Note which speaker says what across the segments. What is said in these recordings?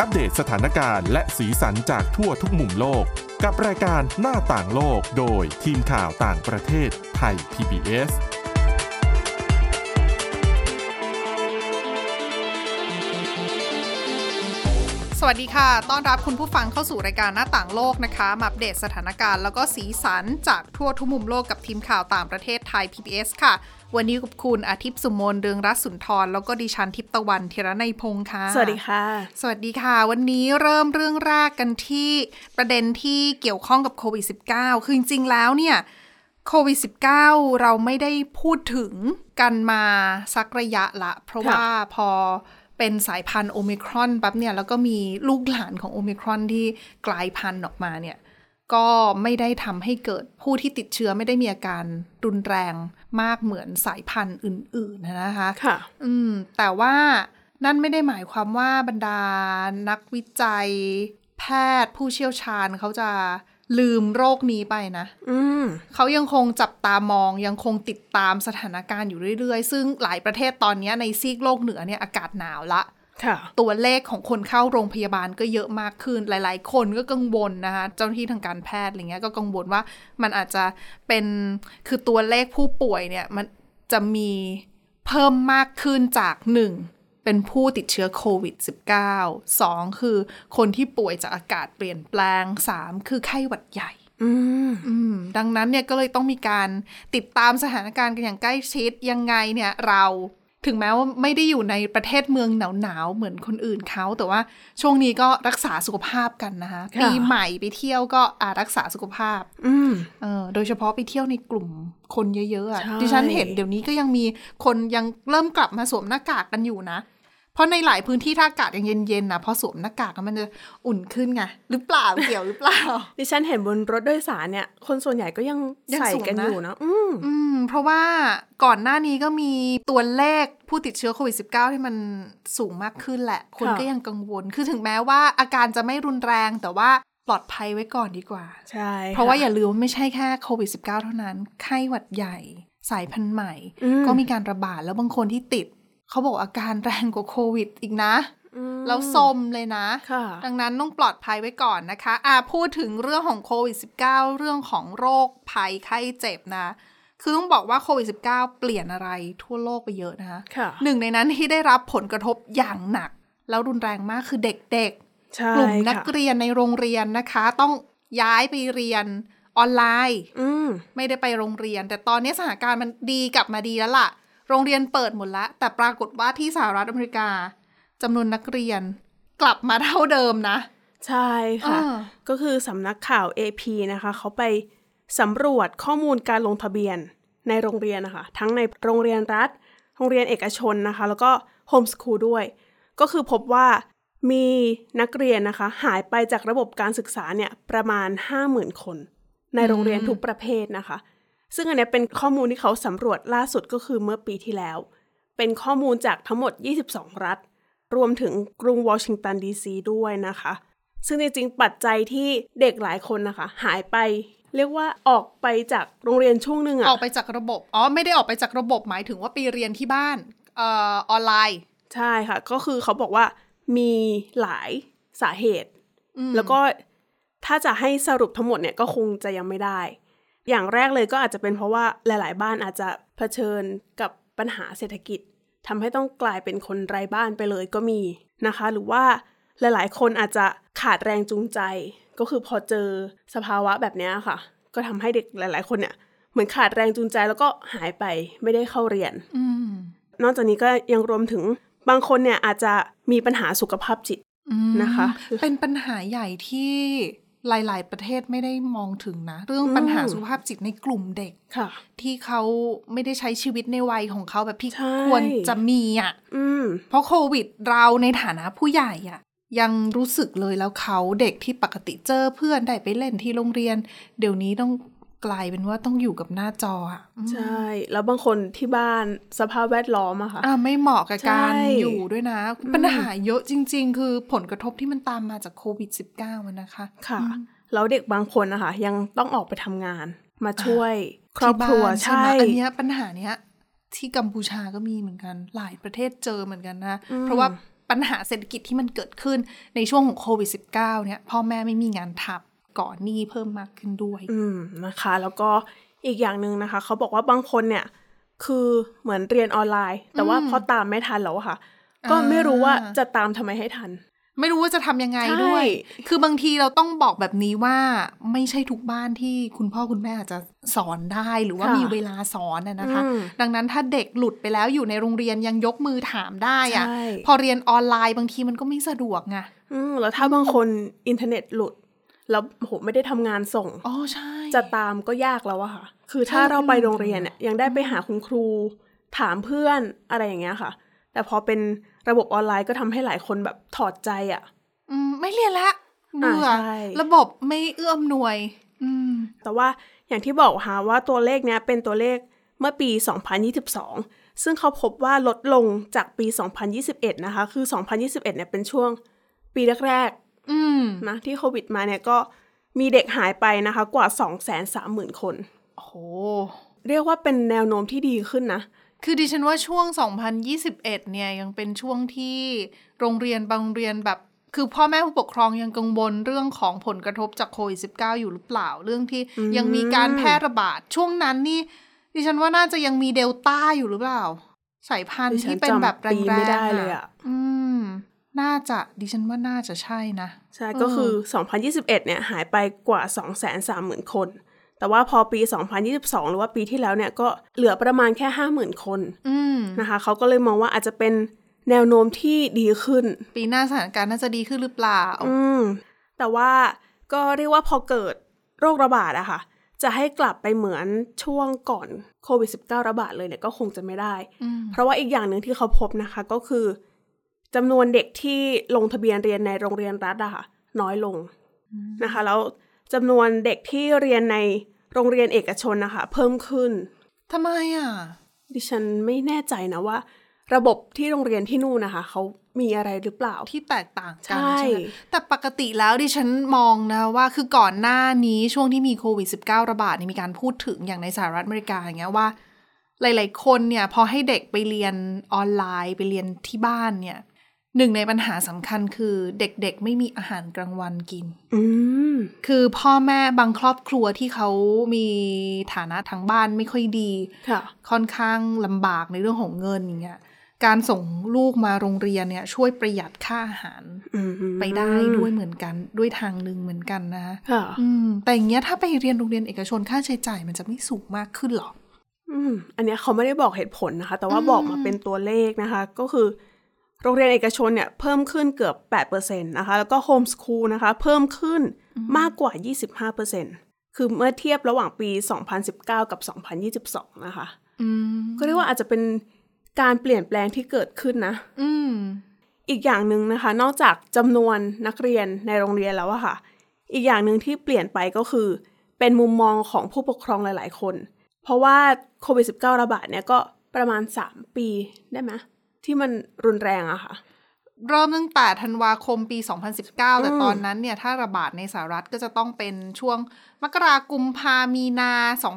Speaker 1: อัปเดตสถานการณ์และสีสันจากทั่วทุกมุมโลกกับรายการหน้าต่างโลกโดยทีมข่าวต่างประเทศไทย PBS
Speaker 2: สวัสดีค่ะต้อนรับคุณผู้ฟังเข้าสู่รายการหน้าต่างโลกนะคะมาอัปเดตสถานการณ์แล้วก็สีสันจากทั่วทุกมุมโลกกับทีมข่าวต่างประเทศไทย PBS ค่ะวันนี้กับคุณอาทิตย์สุมนเรืองรัตน์สุนทรแล้วก็ดิฉันทิพย์ตะวันธีรนัยพงค์ค่ะ
Speaker 3: สวัสดีค่ะ
Speaker 2: สวัสดีค่ะวันนี้เริ่มเรื่องแรกกันที่ประเด็นที่เกี่ยวข้องกับโควิด -19 คือจริงๆแล้วเนี่ยโควิด -19 เราไม่ได้พูดถึงกันมาสักระยะละเพราะว่าพอเป็นสายพันธุ์โอมิครอนปั๊บเนี่ยแล้วก็มีลูกหลานของโอมิครอนที่กลายพันธุ์ออกมาเนี่ยก็ไม่ได้ทำให้เกิดผู้ที่ติดเชื้อไม่ได้มีอาการรุนแรงมากเหมือนสายพันธุ์อื่นๆนะคะ
Speaker 3: ค่ะ
Speaker 2: แต่ว่านั่นไม่ได้หมายความว่าบรรดานักวิจัยแพทย์ผู้เชี่ยวชาญเขาจะลืมโรคนี้ไปนะเขายังคงจับตามองยังคงติดตามสถานการณ์อยู่เรื่อยๆซึ่งหลายประเทศตอนนี้ในซีกโลกเหนือเนี่ยอากาศหนาวละตัวเลขของคนเข้าโรงพยาบาลก็เยอะมากขึ้นหลายๆคนก็กังวลนะคะเจ้าหน้าที่ทางการแพทย์อะไรเงี้ยก็กังวลว่ามันอาจจะเป็นคือตัวเลขผู้ป่วยเนี่ยมันจะมีเพิ่มมากขึ้นจาก1เป็นผู้ติดเชื้อโควิด -19 2คือคนที่ป่วยจากอากาศเปลี่ยนแปลง3คือไข้หวัดใหญ่ดังนั้นเนี่ยก็เลยต้องมีการติดตามสถานการณ์กันอย่างใกล้ชิดยังไงเนี่ยเราถึงแม้ว่าไม่ได้อยู่ในประเทศเมืองหนาวๆเหมือนคนอื่นเขาแต่ว่าช่วงนี้ก็รักษาสุขภาพกันนะคะปีใหม่ไปเที่ยวก็รักษาสุขภาพโดยเฉพาะไปเที่ยวในกลุ่มคนเยอะๆดิฉันเห็นเดี๋ยวนี้ก็ยังมีคนยังเริ่มกลับมาสวมหน้ากากกันอยู่นะเพราะในหลายพื้นที่ถ้าอากาศยังเย็นๆนะพอสวมหน้ากากมันจะอุ่นขึ้นไงหรือเปล่าเกี่ยวหรือเปล่า
Speaker 3: ดิฉันเห็นบนรถโดยสารเนี่ยคนส่วนใหญ่ก็ยังใส่กันอยู่นะ
Speaker 2: เพราะว่าก่อนหน้านี้ก็มีตัวเลขผู้ติดเชื้อโควิด -19 ที่มันสูงมากขึ้นแหละคนก็ยังกังวลคือถึงแม้ว่าอาการจะไม่รุนแรงแต่ว่าปลอดภัยไว้ก่อนดีกว่า
Speaker 3: ใช่
Speaker 2: เพราะว่าอย่าลืมว่าไม่ใช่แค่โควิด -19 เท่านั้นไข้หวัดใหญ่สายพันธุ์ใหม่ก็มีการระบาดแล้วบางคนที่ติดเขาบอกอาการแรงกว่าโควิดอีกนะแล้วซมเลยนะดังนั้นต้องปลอดภัยไว้ก่อนนะคะพูดถึงเรื่องของโควิด -19 เรื่องของโรคภัยไข้เจ็บนะคือต้องบอกว่าโควิด -19 เปลี่ยนอะไรทั่วโลกไปเยอะนะคะหนึ่งในนั้นที่ได้รับผลกระทบอย่างหนักแล้วรุนแรงมากคือเด็กๆกลุ่มนักเรียนในโรงเรียนนะคะต้องย้ายไปเรียนออนไลน์ไม่ได้ไปโรงเรียนแต่ตอนนี้สถานการณ์มันดีกลับมาดีแล้วล่ะโรงเรียนเปิดหมดแล้วแต่ปรากฏว่าที่สหรัฐอเมริกาจำนวนนักเรียนกลับมาเท่าเดิมนะ
Speaker 3: ใช่ค่ะก็คือสำนักข่าว AP นะคะเขาไปสำรวจข้อมูลการลงทะเบียนในโรงเรียนนะคะทั้งในโรงเรียนรัฐโรงเรียนเอกชนนะคะแล้วก็โฮมสคูลด้วยก็คือพบว่ามีนักเรียนนะคะหายไปจากระบบการศึกษาเนี่ยประมาณ 50,000 คนในโรงเรียนทุกประเภทนะคะซึ่งอันนี้เป็นข้อมูลที่เขาสำรวจล่าสุดก็คือเมื่อปีที่แล้วเป็นข้อมูลจากทั้งหมด22รัฐรวมถึงกรุงวอชิงตันดีซีด้วยนะคะซึ่งจริงๆปัจจัยที่เด็กหลายคนนะคะหายไปเรียกว่าออกไปจากโรงเรียนช่วงนึง
Speaker 2: ออกไปจากระบบไม่ได้ออกไปจากระบบหมายถึงว่าไปเรียนที่บ้านออนไลน์
Speaker 3: ใช่ค่ะก็คือเขาบอกว่ามีหลายสาเหตุแล้วก็ถ้าจะให้สรุปทั้งหมดเนี่ยก็คงจะยังไม่ได้อย่างแรกเลยก็อาจจะเป็นเพราะว่าหลายๆบ้านอาจจะเผชิญกับปัญหาเศรษฐกิจทำให้ต้องกลายเป็นคนไร้บ้านไปเลยก็มีนะคะหรือว่าหลายๆคนอาจจะขาดแรงจูงใจก็คือพอเจอสภาวะแบบนี้ค่ะก็ทำให้เด็กหลายๆคนเนี่ยเหมือนขาดแรงจูงใจแล้วก็หายไปไม่ได้เข้าเรียนนอกจากนี้ก็ยังรวมถึงบางคนเนี่ยอาจจะมีปัญหาสุขภาพจิตนะคะ
Speaker 2: เป็นปัญหาใหญ่ที่หลายๆประเทศไม่ได้มองถึงนะเรื่องปัญหาสุขภาพจิตในกลุ่มเด็กที่เขาไม่ได้ใช้ชีวิตในวัยของเขาแบบที่ควรจะมีเพราะโควิดเราในฐานะผู้ใหญ่ยังรู้สึกเลยแล้วเขาเด็กที่ปกติเจอเพื่อนได้ไปเล่นที่โรงเรียนเดี๋ยวนี้ต้องกลายเป็นว่าต้องอยู่กับหน้าจอ
Speaker 3: ใช่แล้วบางคนที่บ้านสภาพแวดล้อมอะค่ะ
Speaker 2: ไม่เหมาะกับการอยู่ด้วยนะปัญหาเยอะจริงๆคือผลกระทบที่มันตามมาจากโควิด -19 นะคะ
Speaker 3: ค่ะแล้วเด็กบางคนนะคะยังต้องออกไปทำงานมาช่วยครอบครัวใช่
Speaker 2: อันนี้ปัญหาเนี้ยที่กัมพูชาก็มีเหมือนกันหลายประเทศเจอเหมือนกันนะเพราะว่าปัญหาเศรษฐกิจที่มันเกิดขึ้นในช่วงของโควิด -19 เนี่ยพ่อแม่ไม่มีงานทำก่อหนี้เพิ่มมากขึ้นด้วย
Speaker 3: นะคะแล้วก็อีกอย่างนึงนะคะเขาบอกว่าบางคนเนี่ยคือเหมือนเรียนออนไลน์แต่ว่าพอตามไม่ทันแล้วค่ะก็ไม่รู้ว่าจะตามทำไมให้ทัน
Speaker 2: ไม่รู้ว่าจะทำยังไงด้วยคือบางทีเราต้องบอกแบบนี้ว่าไม่ใช่ทุกบ้านที่คุณพ่อคุณแม่อาจจะสอนได้หรือว่ามีเวลาสอนนะคะดังนั้นถ้าเด็กหลุดไปแล้วอยู่ในโรงเรียนยังยกมือถามได้อะพอเรียนออนไลน์บางทีมันก็ไม่สะดวกไง
Speaker 3: แล้วถ้าบางคนอินเทอร์เน็ตหลุดแล้วโหไม่ได้ทำงานส่ง
Speaker 2: ใช่
Speaker 3: จะตามก็ยากแล้วอะค่ะคือถ้าเราไปโรงเรียนเนี่ยยังได้ไปหาคุณครูถามเพื่อนอะไรอย่างเงี้ยค่ะแต่พอเป็นระบบออนไลน์ก็ทำให้หลายคนแบบถอดใจอ่ะ
Speaker 2: ไม่เรียนละเบื่อระบบไม่เอื้ออำนวย
Speaker 3: แต่ว่าอย่างที่บอกค่ะว่าตัวเลขเนี้ยเป็นตัวเลขเมื่อปี 2022 ซึ่งเขาพบว่าลดลงจากปี 2021 นะคะคือ 2021 เนี่ยเป็นช่วงปีแรกๆนะที่โควิดมาเนี่ยก็มีเด็กหายไปนะคะกว่า 230,000 คน
Speaker 2: โอ้โห
Speaker 3: เรียกว่าเป็นแนวโน้มที่ดีขึ้นนะ
Speaker 2: คือดิฉันว่าช่วง 2021 เนี่ยยังเป็นช่วงที่โรงเรียนบางโรงเรียนแบบคือพ่อแม่ผู้ปกครองยังกังวลเรื่องของผลกระทบจากโควิด -19 อยู่หรือเปล่าเรื่องที่ยังมีการแพร่ระบาดช่วงนั้นนี่ดิฉันว่าน่าจะยังมีเดลต้าอยู่หรือเปล่าสายพันธุ์ที่เป็นแบบแรงๆไม่ได้เลยน่าจะดิฉันว่าน่าจะใช่นะ
Speaker 3: ใช่ก็คือ 2021 เนี่ยหายไปกว่า 230,000 คนแต่ว่าพอปี 2022 หรือว่าปีที่แล้วเนี่ยก็เหลือประมาณแค่ 50,000 คนนะคะเขาก็เลยมองว่าอาจจะเป็นแนวโน้มที่ดีขึ้น
Speaker 2: ปีหน้าสถานการณ์น่าจะดีขึ้นหรือเปล่า
Speaker 3: แต่ว่าก็เรียกว่าพอเกิดโรคระบาดอะค่ะจะให้กลับไปเหมือนช่วงก่อนโควิด -19 ระบาดเลยเนี่ยก็คงจะไม่ได้เพราะว่าอีกอย่างนึงที่เขาพบนะคะก็คือจำนวนเด็กที่ลงทะเบียนเรียนในโรงเรียนรัฐอะค่ะน้อยลงนะคะแล้วจำนวนเด็กที่เรียนในโรงเรียนเอกชนนะคะเพิ่มขึ้น
Speaker 2: ทำไมอ่ะ
Speaker 3: ดิฉันไม่แน่ใจนะว่าระบบที่โรงเรียนที่นู่นนะคะเขามีอะไรหรือเปล่า
Speaker 2: ที่แตกต่างกันใช่ไหมแต่ปกติแล้วดิฉันมองนะว่าคือก่อนหน้านี้ช่วงที่มีโควิด -19 ระบาดมีการพูดถึงอย่างในสหรัฐอเมริกาอย่างเงี้ยว่าหลายๆคนเนี่ยพอให้เด็กไปเรียนออนไลน์ไปเรียนที่บ้านเนี่ยหนึ่งในปัญหาสำคัญคือเด็กๆไม่มีอาหารกลางวันกินคือพ่อแม่บางครอบครัวที่เขามีฐานะทางบ้านไม่ค่อยดีค่อนข้างลำบากในเรื่องของเงินอย่างเงี้ยการส่งลูกมาโรงเรียนเนี่ยช่วยประหยัดค่าอาหารไปได้ด้วยเหมือนกันด้วยทางนึงเหมือนกันนะแต่อย่างเงี้ยถ้าไปเรียนโรงเรียนเอกชนค่าใช้จ่ายมันจะไม่สูงมากขึ้นหรอ
Speaker 3: อันเนี้ยเขาไม่ได้บอกเหตุผลนะคะแต่ว่าบอกมาเป็นตัวเลขนะคะก็คือโรงเรียนเอกชนเนี่ยเพิ่มขึ้นเกือบ 8% นะคะแล้วก็โฮมสคูลนะคะเพิ่มขึ้นมากกว่า 25% คือเมื่อเทียบระหว่างปี 2019 กับ 2022 นะคะก็เรียกว่าอาจจะเป็นการเปลี่ยนแปลงที่เกิดขึ้นนะอีกอย่างนึงนะคะนอกจากจำนวนนักเรียนในโรงเรียนแล้วอะค่ะอีกอย่างนึงที่เปลี่ยนไปก็คือเป็นมุมมองของผู้ปกครองหลายๆคนเพราะว่าโควิด -19 ระบาดเนี่ยก็ประมาณ3 ปีได้ไหมที่มันรุนแรงอะค่ะ
Speaker 2: เริ่มตั้งแต่ธันวาคมปี 2019 แต่ตอนนั้นเนี่ยถ้าระบาดในสหรัฐก็จะต้องเป็นช่วงมกราคมกุมภาพันธ์มีนา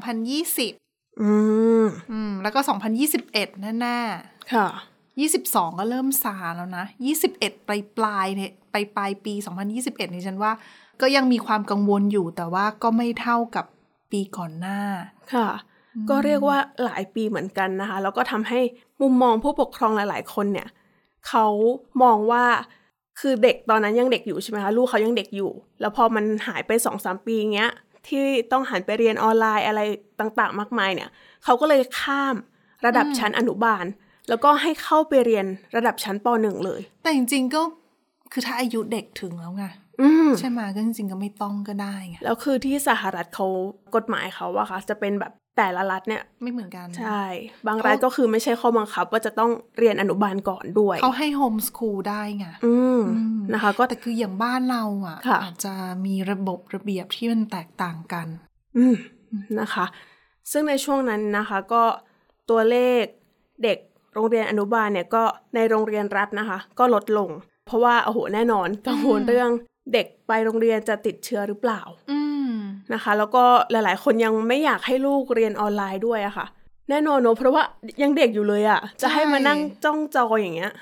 Speaker 2: 2020แล้วก็ 2021 แน่ๆ
Speaker 3: ค่ะ
Speaker 2: 22ก็เริ่มซาแล้วนะ21ปลายเนี่ยปลายปี 2021นี่ฉันว่าก็ยังมีความกังวลอยู่แต่ว่าก็ไม่เท่ากับปีก่อนหน้า
Speaker 3: ค่ะก็เรียกว่าหลายปีเหมือนกันนะคะแล้วก็ทำให้มุมมองผู้ปกครองหลายๆคนเนี่ยเขามองว่าคือเด็กตอนนั้นยังเด็กอยู่ใช่ไหมคะลูกเขายังเด็กอยู่แล้วพอมันหายไป 2-3 ปีเงี้ยที่ต้องหันไปเรียนออนไลน์อะไรต่างๆมากมายเนี่ยเขาก็เลยข้ามระดับชั้นอนุบาลแล้วก็ให้เข้าไปเรียนระดับชั้นป .1 เลย
Speaker 2: แต่จริงๆก็คือถ้าอายุเด็กถึงแล้วไงใช่ไหมก็จริงๆก็ไม่ต้องก็ได้ไง
Speaker 3: แล้วคือที่สหรัฐเขากฎหมายเขาอะค่ะจะเป็นแบบแต่ละรัฐเนี่ย
Speaker 2: ไม่เหมือนกัน
Speaker 3: ใช่บางรัฐก็คือไม่ใช่ข้อบังคับว่าจะต้องเรียนอนุบาลก่อนด้วย
Speaker 2: เขาให้โฮมสคูลได้ไง
Speaker 3: นะคะก็
Speaker 2: แต่คืออย่างบ้านเราอะอาจจะมีระบบระเบียบที่มันแตกต่างกัน
Speaker 3: นะคะซึ่งในช่วงนั้นนะคะก็ตัวเลขเด็กโรงเรียนอนุบาลเนี่ยก็ในโรงเรียนรัฐนะคะก็ลดลงเพราะว่าโอ้โหแน่นอนกังวลเรื่องเด็กไปโรงเรียนจะติดเชื้อหรือเปล่านะคะแล้วก็หลายๆคนยังไม่อยากให้ลูกเรียนออนไลน์ด้วยอะค่ะแน่นอนเนอะเพราะว่ายังเด็กอยู่เลยอะจะให้มานั่งจ้องจออย่างเงี้ย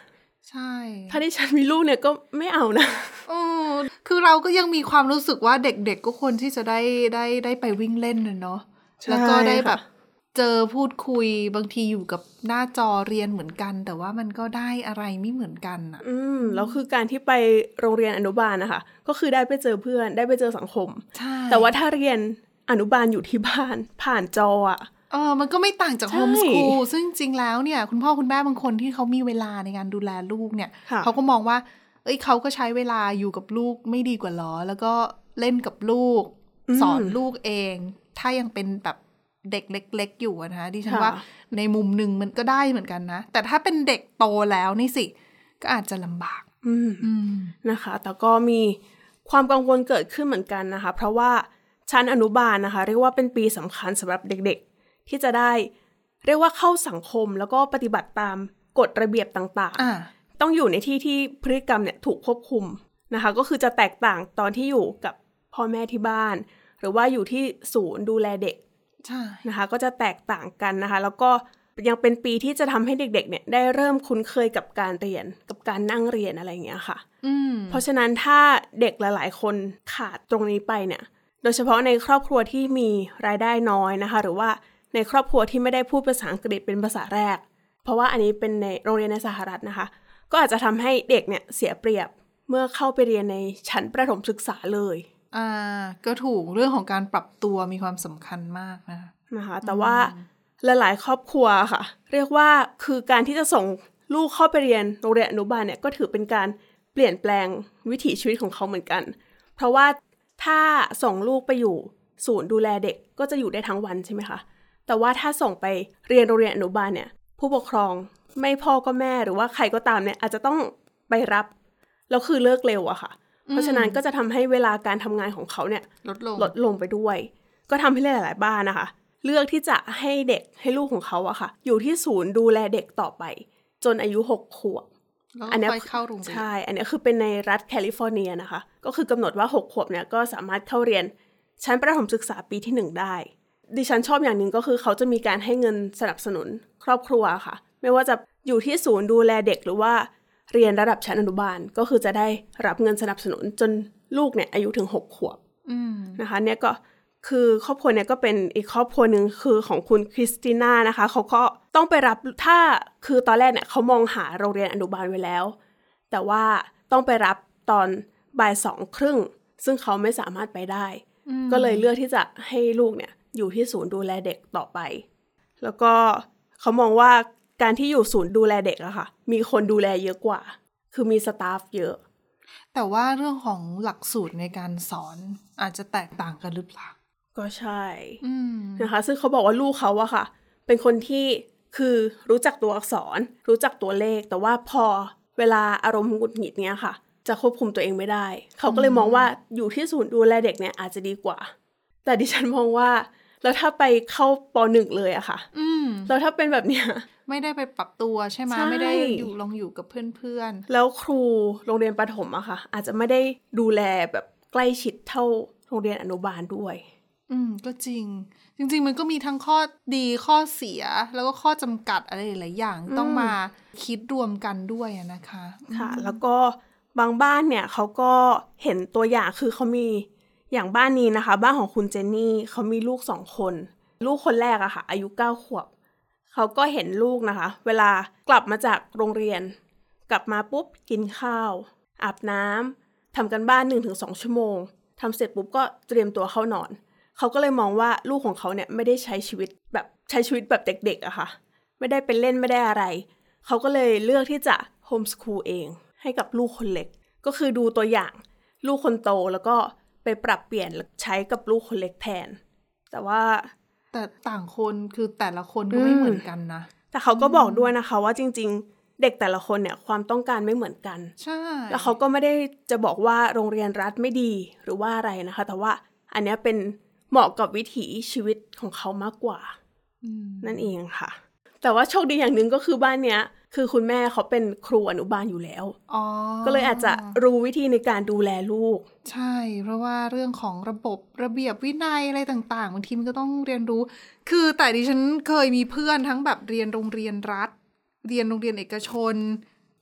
Speaker 2: ใช่
Speaker 3: ถ้าดิฉันมีลูกเนี่ยก็ไม่เอานะ
Speaker 2: คือเราก็ยังมีความรู้สึกว่าเด็กๆก็ควรที่จะได้ไปวิ่งเล่นเนาะแล้วก็ได้แบบเจอพูดคุยบางทีอยู่กับหน้าจอเรียนเหมือนกันแต่ว่ามันก็ได้อะไรไม่เหมือนกันอ่ะ
Speaker 3: แล้วคือการที่ไปโรงเรียนอนุบาลนะคะก็คือได้ไปเจอเพื่อนได้ไปเจอสังคมแต่ว่าถ้าเรียนอนุบาลอยู่ที่บ้านผ่านจออ่ะ
Speaker 2: มันก็ไม่ต่างจากโฮมสคูลซึ่งจริงแล้วเนี่ยคุณพ่อคุณแม่บางคนที่เขามีเวลาในการดูแลลูกเนี่ยเขาก็มองว่าเขาก็ใช้เวลาอยู่กับลูกไม่ดีกว่าหรอแล้วก็เล่นกับลูกสอนลูกเองถ้ายังเป็นแบบเด็กเล็กๆอยู่นะคะดิฉันว่าในมุมหนึ่งมันก็ได้เหมือนกันนะแต่ถ้าเป็นเด็กโตแล้วนี่สิก็อาจจะลำบาก
Speaker 3: นะคะแต่ก็มีความกังวลเกิดขึ้นเหมือนกันนะคะเพราะว่าชั้นอนุบาลนะคะเรียกว่าเป็นปีสำคัญสำหรับเด็กๆที่จะได้เรียกว่าเข้าสังคมแล้วก็ปฏิบัติตามกฎระเบียบต่างๆต้องอยู่ในที่พฤติกรรมเนี่ยถูกควบคุมนะคะก็คือจะแตกต่างตอนที่อยู่กับพ่อแม่ที่บ้านหรือว่าอยู่ที่ศูนย์ดูแลเด็กนะคะก็จะแตกต่างกันนะคะแล้วก็ยังเป็นปีที่จะทำให้เด็กๆเนี่ยได้เริ่มคุ้นเคยกับการเรียนกับการนั่งเรียนอะไรอย่างเงี้ยค่ะเพราะฉะนั้นถ้าเด็กหลายๆคนขาดตรงนี้ไปเนี่ยโดยเฉพาะในครอบครัวที่มีรายได้น้อยนะคะหรือว่าในครอบครัวที่ไม่ได้พูดภาษาอังกฤษเป็นภาษาแรกเพราะว่าอันนี้เป็นในโรงเรียนในสหรัฐนะคะก็อาจจะทำให้เด็กเนี่ยเสียเปรียบเมื่อเข้าไปเรียนในชั้นประถมศึกษาเลย
Speaker 2: ก็ถูกเรื่องของการปรับตัวมีความสำคัญมาก
Speaker 3: นะคะแต่ว่าหลายๆครอบครัวค่ะเรียกว่าคือการที่จะส่งลูกเข้าไปเรียนโรงเรียนอนุบาลเนี่ยก็ถือเป็นการเปลี่ยนแปลงวิถีชีวิตของเขาเหมือนกันเพราะว่าถ้าส่งลูกไปอยู่ศูนย์ดูแลเด็กก็จะอยู่ได้ทั้งวันใช่ไหมคะแต่ว่าถ้าส่งไปเรียนโรงเรียนอนุบาลเนี่ยผู้ปกครองไม่พ่อก็แม่หรือว่าใครก็ตามเนี่ยอาจจะต้องไปรับแล้วคือเลิกเร็วอะค่ะเพราะฉะนั้นก็จะทำให้เวลาการทำงานของเขาเนี่ยลดลงไปด้วยก็ทำให้หลายๆบ้านนะคะเลือกที่จะให้เด็กให้ลูกของเขาอะค่ะอยู่ที่ศูนย์ดูแลเด็กต่อไปจนอายุ6 ขวบ
Speaker 2: อันนี้เข้าโรงเรียน
Speaker 3: ใช่อันนี้คือเป็นในรัฐแคลิฟอร์เนียนะคะก็คือกำหนดว่า6 ขวบเนี่ยก็สามารถเข้าเรียนชั้นประถมศึกษาปีที่1ได้ดิฉันชอบอย่างหนึ่งก็คือเขาจะมีการให้เงินสนับสนุนครอบครัวค่ะไม่ว่าจะอยู่ที่ศูนย์ดูแลเด็กหรือว่าเรียนระดับชั้นอนุบาลก็คือจะได้รับเงินสนับสนุนจนลูกเนี่ยอายุถึง6 ขวบนะคะเนี่ยก็คือครอบครัวเนี่ยก็เป็นอีกครอบครัวนึงคือของคุณคริสติน่านะคะเขาก็ต้องไปรับถ้าคือตอนแรกเนี่ยเขามองหาโรงเรียนอนุบาลไว้แล้วแต่ว่าต้องไปรับตอนบ่าย 2:30ซึ่งเขาไม่สามารถไปได้ก็เลยเลือกที่จะให้ลูกเนี่ยอยู่ที่ศูนย์ดูแลเด็กต่อไปแล้วก็เขามองว่าการที่อยู่ศูนย์ดูแลเด็กอะค่ะมีคนดูแลเยอะกว่าคือมีสตาฟเยอะ
Speaker 2: แต่ว่าเรื่องของหลักสูตรในการสอนอาจจะแตกต่างกันหรือเปล่า
Speaker 3: ก็ใช่นะคะซึ่งเขาบอกว่าลูกเขาอะค่ะเป็นคนที่คือรู้จักตัวอักษรรู้จักตัวเลขแต่ว่าพอเวลาอารมณ์หงุดหงิดเนี้ยค่ะจะควบคุมตัวเองไม่ได้เขาก็เลยมองว่าอยู่ที่ศูนย์ดูแลเด็กเนี่ยอาจจะดีกว่าแต่ดิฉันมองว่าแล้วถ้าไปเข้าป.1 เลยอะค่ะแล้วถ้าเป็นแบบเนี้ย
Speaker 2: ไม่ได้ไปปรับตัวใช่ไหมไม่ได้อยู่กับเพื่อน
Speaker 3: ๆแล้วครูโรงเรียนประถมอะค่ะอาจจะไม่ได้ดูแลแบบใกล้ชิดเท่าโรงเรียนอนุบาลด้วย
Speaker 2: ก็จริงมันก็มีทั้งข้อดีข้อเสียแล้วก็ข้อจำกัดอะไรหลายอย่างต้องมาคิดรวมกันด้วยนะคะ
Speaker 3: ค่ะแล้วก็บางบ้านเนี่ยเขาก็เห็นตัวอย่างคือเขามีอย่างบ้านนี้นะคะบ้านของคุณเจนนี่เขามีลูก2 คนลูกคนแรกอะค่ะอายุ9 ขวบเขาก็เห็นลูกนะคะเวลากลับมาจากโรงเรียนกลับมาปุ๊บกินข้าวอาบน้ำทำกันบ้าน 1-2 ชั่วโมงทำเสร็จปุ๊บก็เตรียมตัวเข้านอนเขาก็เลยมองว่าลูกของเขาเนี่ยไม่ได้ใช้ชีวิตแบบเด็กๆอะค่ะไม่ได้เป็นเล่นไม่ได้อะไรเขาก็เลยเลือกที่จะโฮมสคูลเองให้กับลูกคนเล็กก็คือดูตัวอย่างลูกคนโตแล้วก็ไปปรับเปลี่ยนใช้กับลูกคนเล็กแทน
Speaker 2: แต่ต่างคนคือแต่ละคนก็ไม่เหมือนกันนะ
Speaker 3: แต่เขาก็บอกด้วยนะคะว่าจริงๆเด็กแต่ละคนเนี่ยความต้องการไม่เหมือนกัน
Speaker 2: ใช่
Speaker 3: แล้วเขาก็ไม่ได้จะบอกว่าโรงเรียนรัฐไม่ดีหรือว่าอะไรนะคะแต่ว่าอันนี้เป็นเหมาะกับวิถีชีวิตของเขามากกว่านั่นเองค่ะแต่ว่าโชคดีอย่างหนึ่งก็คือบ้านเนี้ยคือคุณแม่เขาเป็นครูอนุบาลอยู่แล้วก็เลยอาจจะรู้วิธีในการดูแลลูก
Speaker 2: ใช่เพราะว่าเรื่องของระบบระเบียบวินัยอะไรต่างๆบางทีมันก็ต้องเรียนรู้คือแต่ดิฉันเคยมีเพื่อนทั้งแบบเรียนโรงเรียนรัฐเรียนโรงเรียนเอกชน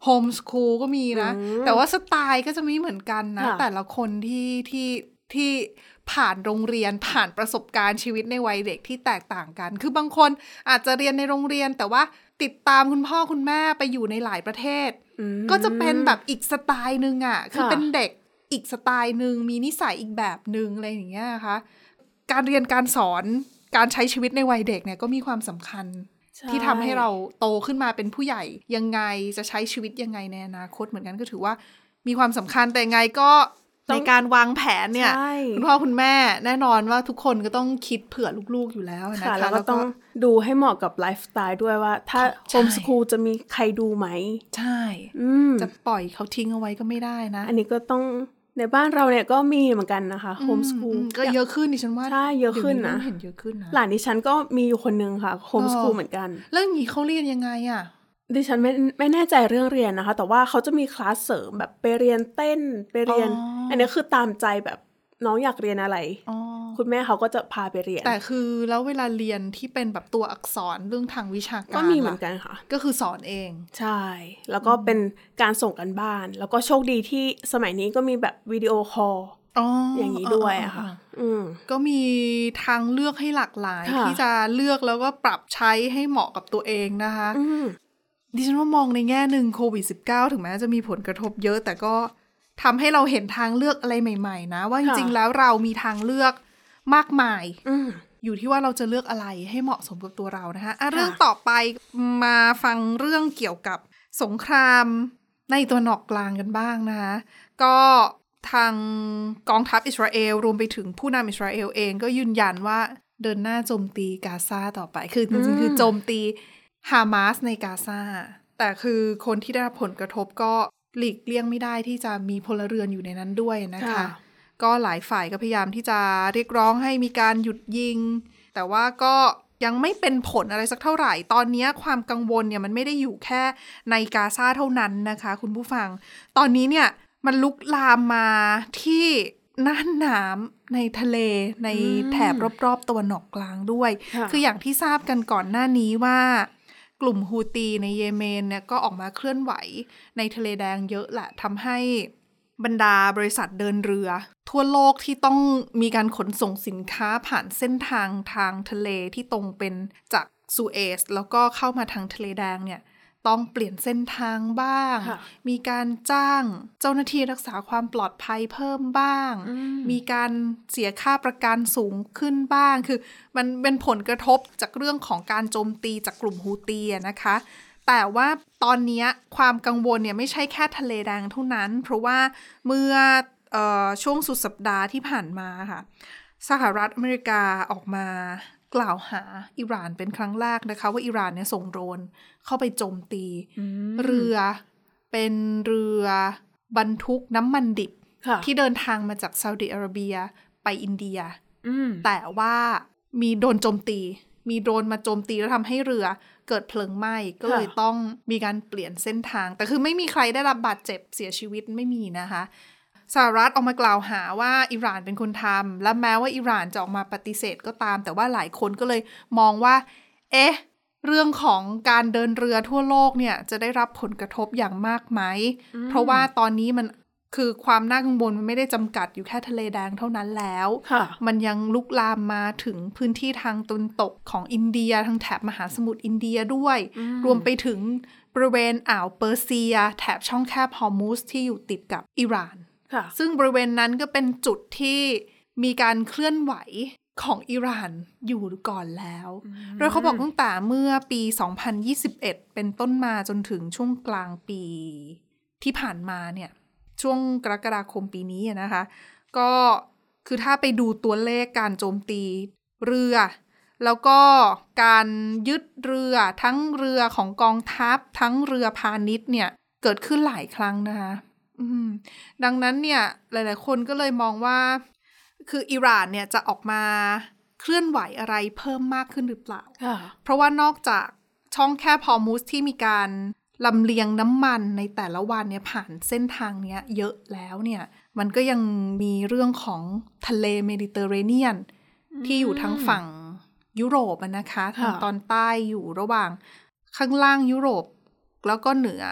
Speaker 2: โฮมสคูลก็มีนะแต่ว่าสไตล์ก็จะไม่เหมือนกันนะแต่ละคนที่ผ่านโรงเรียนผ่านประสบการณ์ชีวิตในวัยเด็กที่แตกต่างกันคือบางคนอาจจะเรียนในโรงเรียนแต่ว่าติดตามคุณพ่อคุณแม่ไปอยู่ในหลายประเทศก็จะเป็นแบบอีกสไตล์นึงอ่ะคือเป็นเด็กอีกสไตล์นึงมีนิสัยอีกแบบนึงอะไรอย่างเงี้ยนะคะการเรียนการสอนการใช้ชีวิตในวัยเด็กเนี่ยก็มีความสำคัญที่ทำให้เราโตขึ้นมาเป็นผู้ใหญ่ยังไงจะใช้ชีวิตยังไงในอนาคตเหมือนกันก็ถือว่ามีความสำคัญแต่ไงก็ในการวางแผนเนี่ยคุณพ่อคุณแม่แน่นอนว่าทุกคนก็ต้องคิดเผื่อลูกๆอยู่แล้วนะคะ
Speaker 3: แล้วก็ต้องดูให้เหมาะกับไลฟ์สไตล์ด้วยว่าถ้าโฮมสคูลจะมีใครดูไหม
Speaker 2: ใช่จะปล่อยเขาทิ้งเอาไว้ก็ไม่ได้นะ
Speaker 3: อันนี้ก็ต้องในบ้านเราเนี่ยก็มีเหมือนกันนะคะโฮมสคูล
Speaker 2: ก็เยอะขึ้นดิฉันว่า
Speaker 3: ใช่เยอะขึ้นนะ
Speaker 2: เห็นเยอะขึ้นนะ
Speaker 3: หลานดิฉันก็มีอยู่คนนึงค่ะโฮมสคูลเหมือนกัน
Speaker 2: แล้วอย่างนี้เขาเรียนยังไงอ่ะ
Speaker 3: ดิฉันไม่แน่ใจเรื่องเรียนนะคะแต่ว่าเขาจะมีคลาสเสริมแบบไปเรียนเต้นไปเรียนอันนี้คือตามใจแบบน้องอยากเรียนอะไรคุณแม่เขาก็จะพาไปเรียน
Speaker 2: แต่คือแล้วเวลาเรียนที่เป็นแบบตัวอักษรเรื่องทางวิชาการ
Speaker 3: ก็มีเหมือนกันค่ะ
Speaker 2: ก็คือสอนเอง
Speaker 3: ใช่แล้วก็เป็นการส่งกันบ้านแล้วก็โชคดีที่สมัยนี้ก็มีแบบวิดีโอคอลอย่างนี้ด้วยอะค่ะ
Speaker 2: ก็มีทางเลือกให้หลากหลายที่จะเลือกแล้วก็ปรับใช้ให้เหมาะกับตัวเองนะคะดิฉันว่ามองในแง่หนึ่งโควิด -19 ถึงแม้จะมีผลกระทบเยอะแต่ก็ทำให้เราเห็นทางเลือกอะไรใหม่ๆนะว่าจริงๆแล้วเรามีทางเลือกมากมายอยู่ที่ว่าเราจะเลือกอะไรให้เหมาะสมกับตัวเรานะคะเรื่องต่อไปมาฟังเรื่องเกี่ยวกับสงครามในตะวันออกกลางกันบ้างนะคะก็ทางกองทัพอิสราเอลรวมไปถึงผู้นำอิสราเอลเองก็ยืนยันว่าเดินหน้าโจมตีกาซาต่อไปคือจริงๆคือโจมตีฮามาสในกาซาแต่คือคนที่ได้รับผลกระทบก็หลีกเลี่ยงไม่ได้ที่จะมีพลเรือนอยู่ในนั้นด้วยนะคะก็หลายฝ่ายก็พยายามที่จะเรียกร้องให้มีการหยุดยิงแต่ว่าก็ยังไม่เป็นผลอะไรสักเท่าไหร่ตอนนี้ความกังวลเนี่ยมันไม่ได้อยู่แค่ในกาซาเท่านั้นนะคะคุณผู้ฟังตอนนี้เนี่ยมันลุกลามมาที่น่านน้ำในทะเลในแถบรอบๆตะวันออกกลางด้วยคืออย่างที่ทราบกันก่อนหน้านี้ว่ากลุ่มฮูตีในเยเมนเนี่ยก็ออกมาเคลื่อนไหวในทะเลแดงเยอะแหละทำให้บรรดาบริษัทเดินเรือทั่วโลกที่ต้องมีการขนส่งสินค้าผ่านเส้นทางทะเลที่ตรงเป็นจากซูเอซแล้วก็เข้ามาทางทะเลแดงเนี่ยต้องเปลี่ยนเส้นทางบ้างมีการจ้างเจ้าหน้าที่รักษาความปลอดภัยเพิ่มบ้างมีการเสียค่าประกันสูงขึ้นบ้างคือมันเป็นผลกระทบจากเรื่องของการโจมตีจากกลุ่มฮูตีนะคะแต่ว่าตอนนี้ความกังวลเนี่ยไม่ใช่แค่ทะเลแดงเท่านั้นเพราะว่าเมื่อช่วงสุดสัปดาห์ที่ผ่านมาค่ะสหรัฐอเมริกาออกมากล่าวหาอิหร่านเป็นครั้งแรกนะคะว่าอิหร่านเนี่ยส่งโดรนเข้าไปโจมตีเรือเป็นเรือบรรทุกน้ำมันดิบที่เดินทางมาจากซาอุดิอาระเบียไปอินเดียแต่ว่ามีโดนโจมตีมีโดรนมาโจมตีแล้วทำให้เรือเกิดเพลิงไหม้ก็เลยต้องมีการเปลี่ยนเส้นทางแต่คือไม่มีใครได้รับบาดเจ็บเสียชีวิตไม่มีนะคะสหรัฐออกมากล่าวหาว่าอิหร่านเป็นคนทำและแม้ว่าอิหร่านจะออกมาปฏิเสธก็ตามแต่ว่าหลายคนก็เลยมองว่าเรื่องของการเดินเรือทั่วโลกเนี่ยจะได้รับผลกระทบอย่างมากไหมเพราะว่าตอนนี้มันคือความน่ากังวลมันไม่ได้จำกัดอยู่แค่ทะเลแดงเท่านั้นแล้วมันยังลุกลามมาถึงพื้นที่ทางตะวันตกของอินเดียทางแถบมหาสมุทรอินเดียด้วยรวมไปถึงบริเวณอ่าวเปอร์เซียแถบช่องแคบฮอร์มุสที่อยู่ติดกับอิหร่านซึ่งบริเวณนั้นก็เป็นจุดที่มีการเคลื่อนไหวของอิหร่านอยู่ก่อนแล้วโดยเขาบอกตั้งแต่เมื่อปี 2021 เป็นต้นมาจนถึงช่วงกลางปีที่ผ่านมาเนี่ยช่วงกรกฎาคมปีนี้นะคะก็คือถ้าไปดูตัวเลขการโจมตีเรือแล้วก็การยึดเรือทั้งเรือของกองทัพทั้งเรือพาณิชย์เนี่ยเกิดขึ้นหลายครั้งนะคะดังนั้นเนี่ยหลายๆคนก็เลยมองว่าคืออิหร่านเนี่ยจะออกมาเคลื่อนไหวอะไรเพิ่มมากขึ้นหรือเปล่าเพราะว่านอกจากช่องแคบฮอร์มุสที่มีการลำเลียงน้ำมันในแต่ละวันเนี่ยผ่านเส้นทางเนี้ยเยอะแล้วเนี่ยมันก็ยังมีเรื่องของทะเลเมดิเตอร์เรเนียนที่อยู่ทางฝั่งยุโรปนะคะทางตอนใต้อยู่ระหว่างข้างล่างยุโรปแล้วก็เหนือ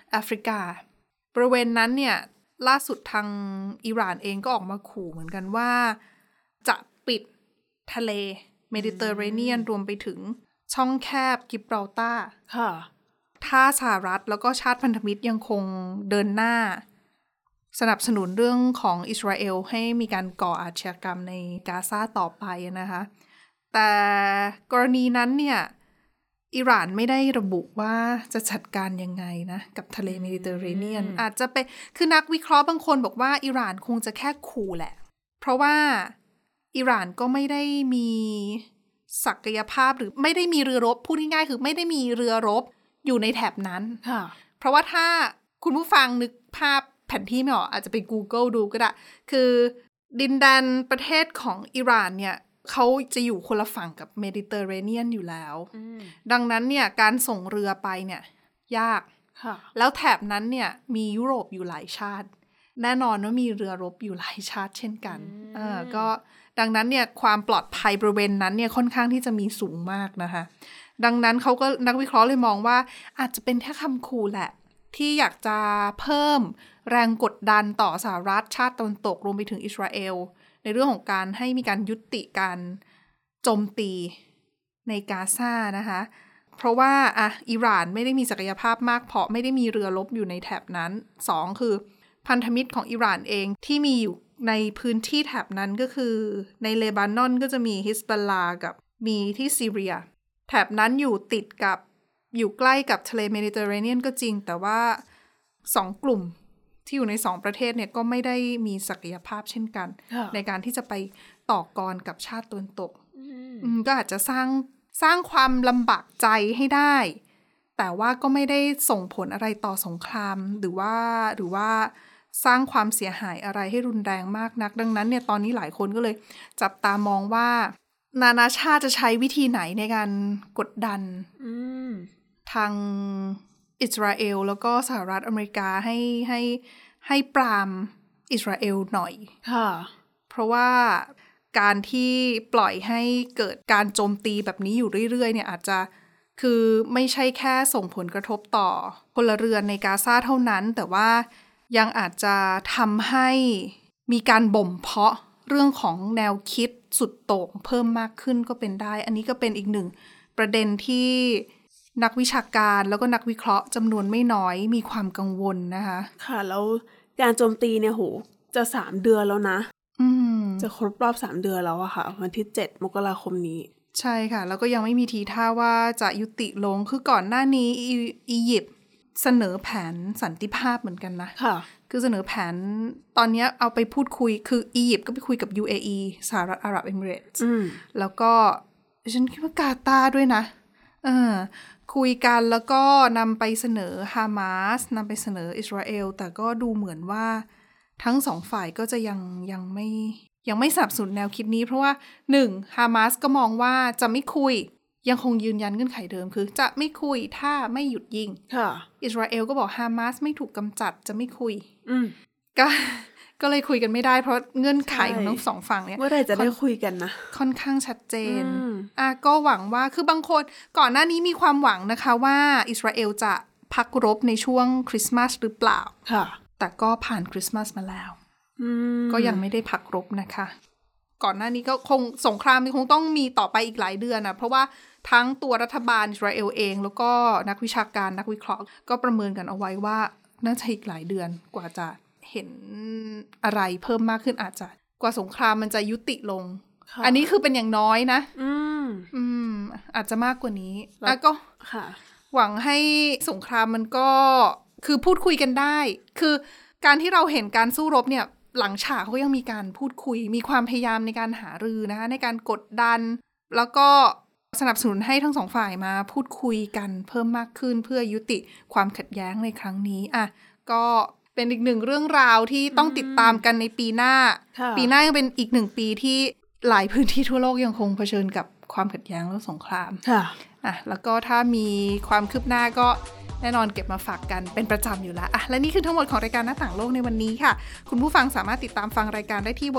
Speaker 2: แอฟริกาบริเวณนั้นเนี่ยล่าสุดทางอิหร่านเองก็ออกมาขู่เหมือนกันว่าจะปิดทะเลเมดิเตอร์เรเนียนรวมไปถึงช่องแคบกิบราลตาร์ถ้าสหรัฐแล้วก็ชาติพันธมิตรยังคงเดินหน้าสนับสนุนเรื่องของอิสราเอลให้มีการก่ออาชญากรรมในกาซาต่อไปนะคะแต่กรณีนั้นเนี่ยอิหร่านไม่ได้ระบุว่าจะจัดการยังไงนะกับทะเลเมดิเตอร์เรเนียนอาจจะเป็นคือนักวิเคราะห์บางคนบอกว่าอิหร่านคงจะแค่ขู่แหละเพราะว่าอิหร่านก็ไม่ได้มีศักยภาพหรือไม่ได้มีเรือรบพูดง่ายๆคือไม่ได้มีเรือรบอยู่ในแถบนั้นเพราะว่าถ้าคุณผู้ฟังนึกภาพแผนที่ไม่ออกอาจจะไป Google ดูก็ได้คือดินแดนประเทศของอิหร่านเนี่ยเขาจะอยู่คนละฝั่งกับเมดิเตอร์เรเนียนอยู่แล้วดังนั้นเนี่ยการส่งเรือไปเนี่ยยากแล้วแถบนั้นเนี่ยมียุโรปอยู่หลายชาติแน่นอนว่ามีเรือรบอยู่หลายชาติเช่นกันก็ดังนั้นเนี่ยความปลอดภัยบริเวณนั้นเนี่ยค่อนข้างที่จะมีสูงมากนะคะดังนั้นเขาก็นักวิเคราะห์เลยมองว่าอาจจะเป็นแค่คำขู่แหละที่อยากจะเพิ่มแรงกดดันต่อสหรัฐชาติตะวันตกรวมไปถึงอิสราเอลในเรื่องของการให้มีการยุติการโจมตีในกาซานะคะเพราะว่าอิหร่านไม่ได้มีศักยภาพมากพอไม่ได้มีเรือรบอยู่ในแถบนั้น2คือพันธมิตรของอิหร่านเองที่มีอยู่ในพื้นที่แถบนั้นก็คือในเลบานอนก็จะมีฮิซบอลลาห์กับมีที่ซีเรียแถบนั้นอยู่ติดกับอยู่ใกล้กับทะเลเมดิเตอร์เรเนียนก็จริงแต่ว่า2กลุ่มที่อยู่ใน2ประเทศเนี่ยก็ไม่ได้มีศักยภาพเช่นกันในการที่จะไปต่อกรกับชาติตะวันตกก็อาจจะสร้างความลำบากใจให้ได้แต่ว่าก็ไม่ได้ส่งผลอะไรต่อสงครามหรือว่าสร้างความเสียหายอะไรให้รุนแรงมากนักดังนั้นเนี่ยตอนนี้หลายคนก็เลยจับตามองว่านานาชาติจะใช้วิธีไหนในการกดดันทางอิสราเอลแล้วก็สหรัฐอเมริกาให้ปรามอิสราเอลหน่อยเพราะว่าการที่ปล่อยให้เกิดการโจมตีแบบนี้อยู่เรื่อยๆเนี่ยอาจจะคือไม่ใช่แค่ส่งผลกระทบต่อพลเรือนในกาซาเท่านั้นแต่ว่ายังอาจจะทำให้มีการบ่มเพาะเรื่องของแนวคิดสุดโต่งเพิ่มมากขึ้นก็เป็นได้อันนี้ก็เป็นอีกหนึ่งประเด็นที่นักวิชาการแล้วก็นักวิเคราะห์จำนวนไม่น้อยมีความกังวลนะคะ
Speaker 3: ค่ะแล้วการโจมตีเนี่ยโหจะ3 เดือนแล้วนะจะครบรอบ3 เดือนแล้วอะค่ะวันที่7 มกราคมนี้
Speaker 2: ใช่ค่ะแล้วก็ยังไม่มีทีท่าว่าจะยุติลงคือก่อนหน้านี้อียิปต์เสนอแผนสันติภาพเหมือนกันนะ
Speaker 3: ค่ะ
Speaker 2: คือเสนอแผนตอนนี้เอาไปพูดคุยคืออียิปต์ก็ไปคุยกับ UAE สหรัฐอาหรับเอมิเรตส์แล้วก็ฉันคิดว่ากาตาร์ด้วยนะคุยกันแล้วก็นำไปเสนอฮามาสนำไปเสนออิสราเอลแต่ก็ดูเหมือนว่าทั้ง2ฝ่ายก็จะยังไม่สนับสนุนแนวคิดนี้เพราะว่า1ฮามาสก็มองว่าจะไม่คุยยังคงยืนยันเงื่อนไขเดิมคือจะไม่คุยถ้าไม่หยุดยิงอิสราเอลก็บอกฮามาสไม่ถูกกำจัดจะไม่คุยก็เลยคุยกันไม่ได้เพราะเงื่อนไขของทั้งสองฝั่งเนี่ย
Speaker 3: เมื่อไหร่จะได้คุยกันนะ
Speaker 2: ค่อนข้างชัดเจนก็หวังว่าคือบางคนก่อนหน้านี้มีความหวังนะคะว่าอิสราเอลจะพักรบในช่วงคริสต์มาสหรือเปล่าแต่ก็ผ่านคริสต์มาสมาแล้วก็ยังไม่ได้พักรบนะคะก่อนหน้านี้ก็คงสงครามคงต้องมีต่อไปอีกหลายเดือนนะเพราะว่าทั้งตัวรัฐบาลอิสราเอลเองแล้วก็นักวิชาการนักวิเคราะห์ก็ประเมินกันเอาไว้ว่าน่าจะอีกหลายเดือนกว่าจะเห็นอะไรเพิ่มมากขึ้นอาจจะกว่าสงครามมันจะยุติลงอันนี้คือเป็นอย่างน้อยนะอาจจะมากกว่านี้แล้วก็หวังให้สงครามมันก็คือพูดคุยกันได้คือการที่เราเห็นการสู้รบเนี่ยหลังฉากเขายังมีการพูดคุยมีความพยายามในการหารือนะคะในการกดดันแล้วก็สนับสนุนให้ทั้งสองฝ่ายมาพูดคุยกันเพิ่มมากขึ้นเพื่อยุติความขัดแย้งในครั้งนี้ก็เป็นอีกหนึ่งเรื่องราวที่ต้องติดตามกันในปีหน้ายังเป็นอีก1 ปีที่หลายพื้นที่ทั่วโลกยังคงเผชิญกับความขัดแย้งและสงครามแล้วก็ถ้ามีความคืบหน้าก็แน่นอนเก็บมาฝากกันเป็นประจำอยู่แล้วและนี่คือทั้งหมดของรายการหน้าต่างโลกในวันนี้ค่ะคุณผู้ฟังสามารถติดตามฟังรายการได้ที่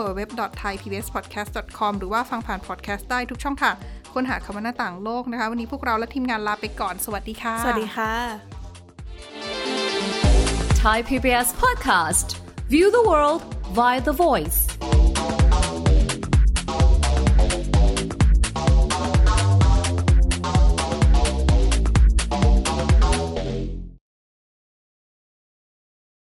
Speaker 2: www.thaipbspodcast.com หรือว่าฟังผ่านพอดแคสต์ได้ทุกช่องทางค้นหาคำว่าหน้าต่างโลกนะคะวันนี้พวกเราและทีมงานลาไปก่อนสวัสดีค่ะ
Speaker 3: สวัสดีค่ะ
Speaker 4: Thai PBS podcast. View the world via the voice.